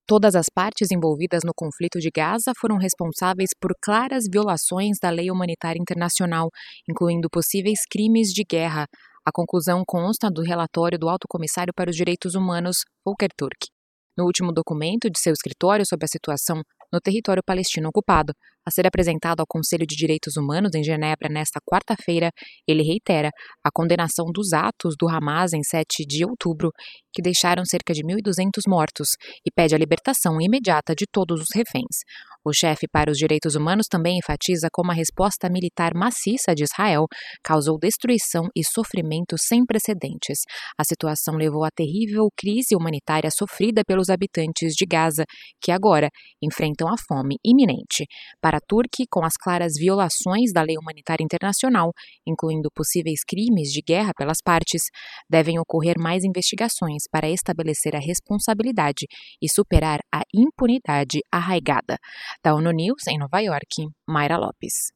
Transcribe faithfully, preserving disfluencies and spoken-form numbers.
Todas as partes envolvidas no conflito de Gaza foram responsáveis por claras violações da lei humanitária internacional, incluindo possíveis crimes de guerra. A conclusão consta do relatório do Alto Comissário para os Direitos Humanos, Volker Turk. No último documento de seu escritório sobre a situação no território palestino ocupado, a ser apresentado ao Conselho de Direitos Humanos em Genebra nesta quarta-feira, ele reitera a condenação dos atos do Hamas em sete de outubro, que deixaram cerca de mil e duzentos mortos, e pede a libertação imediata de todos os reféns. O chefe para os direitos humanos também enfatiza como a resposta militar maciça de Israel causou destruição e sofrimento sem precedentes. A situação levou à terrível crise humanitária sofrida pelos habitantes de Gaza, que agora enfrentam a fome iminente. Para Turk, com as claras violações da lei humanitária internacional, incluindo possíveis crimes de guerra pelas partes, devem ocorrer mais investigações para estabelecer a responsabilidade e superar a impunidade arraigada. Da ONU News, em Nova York, Mayra Lopes.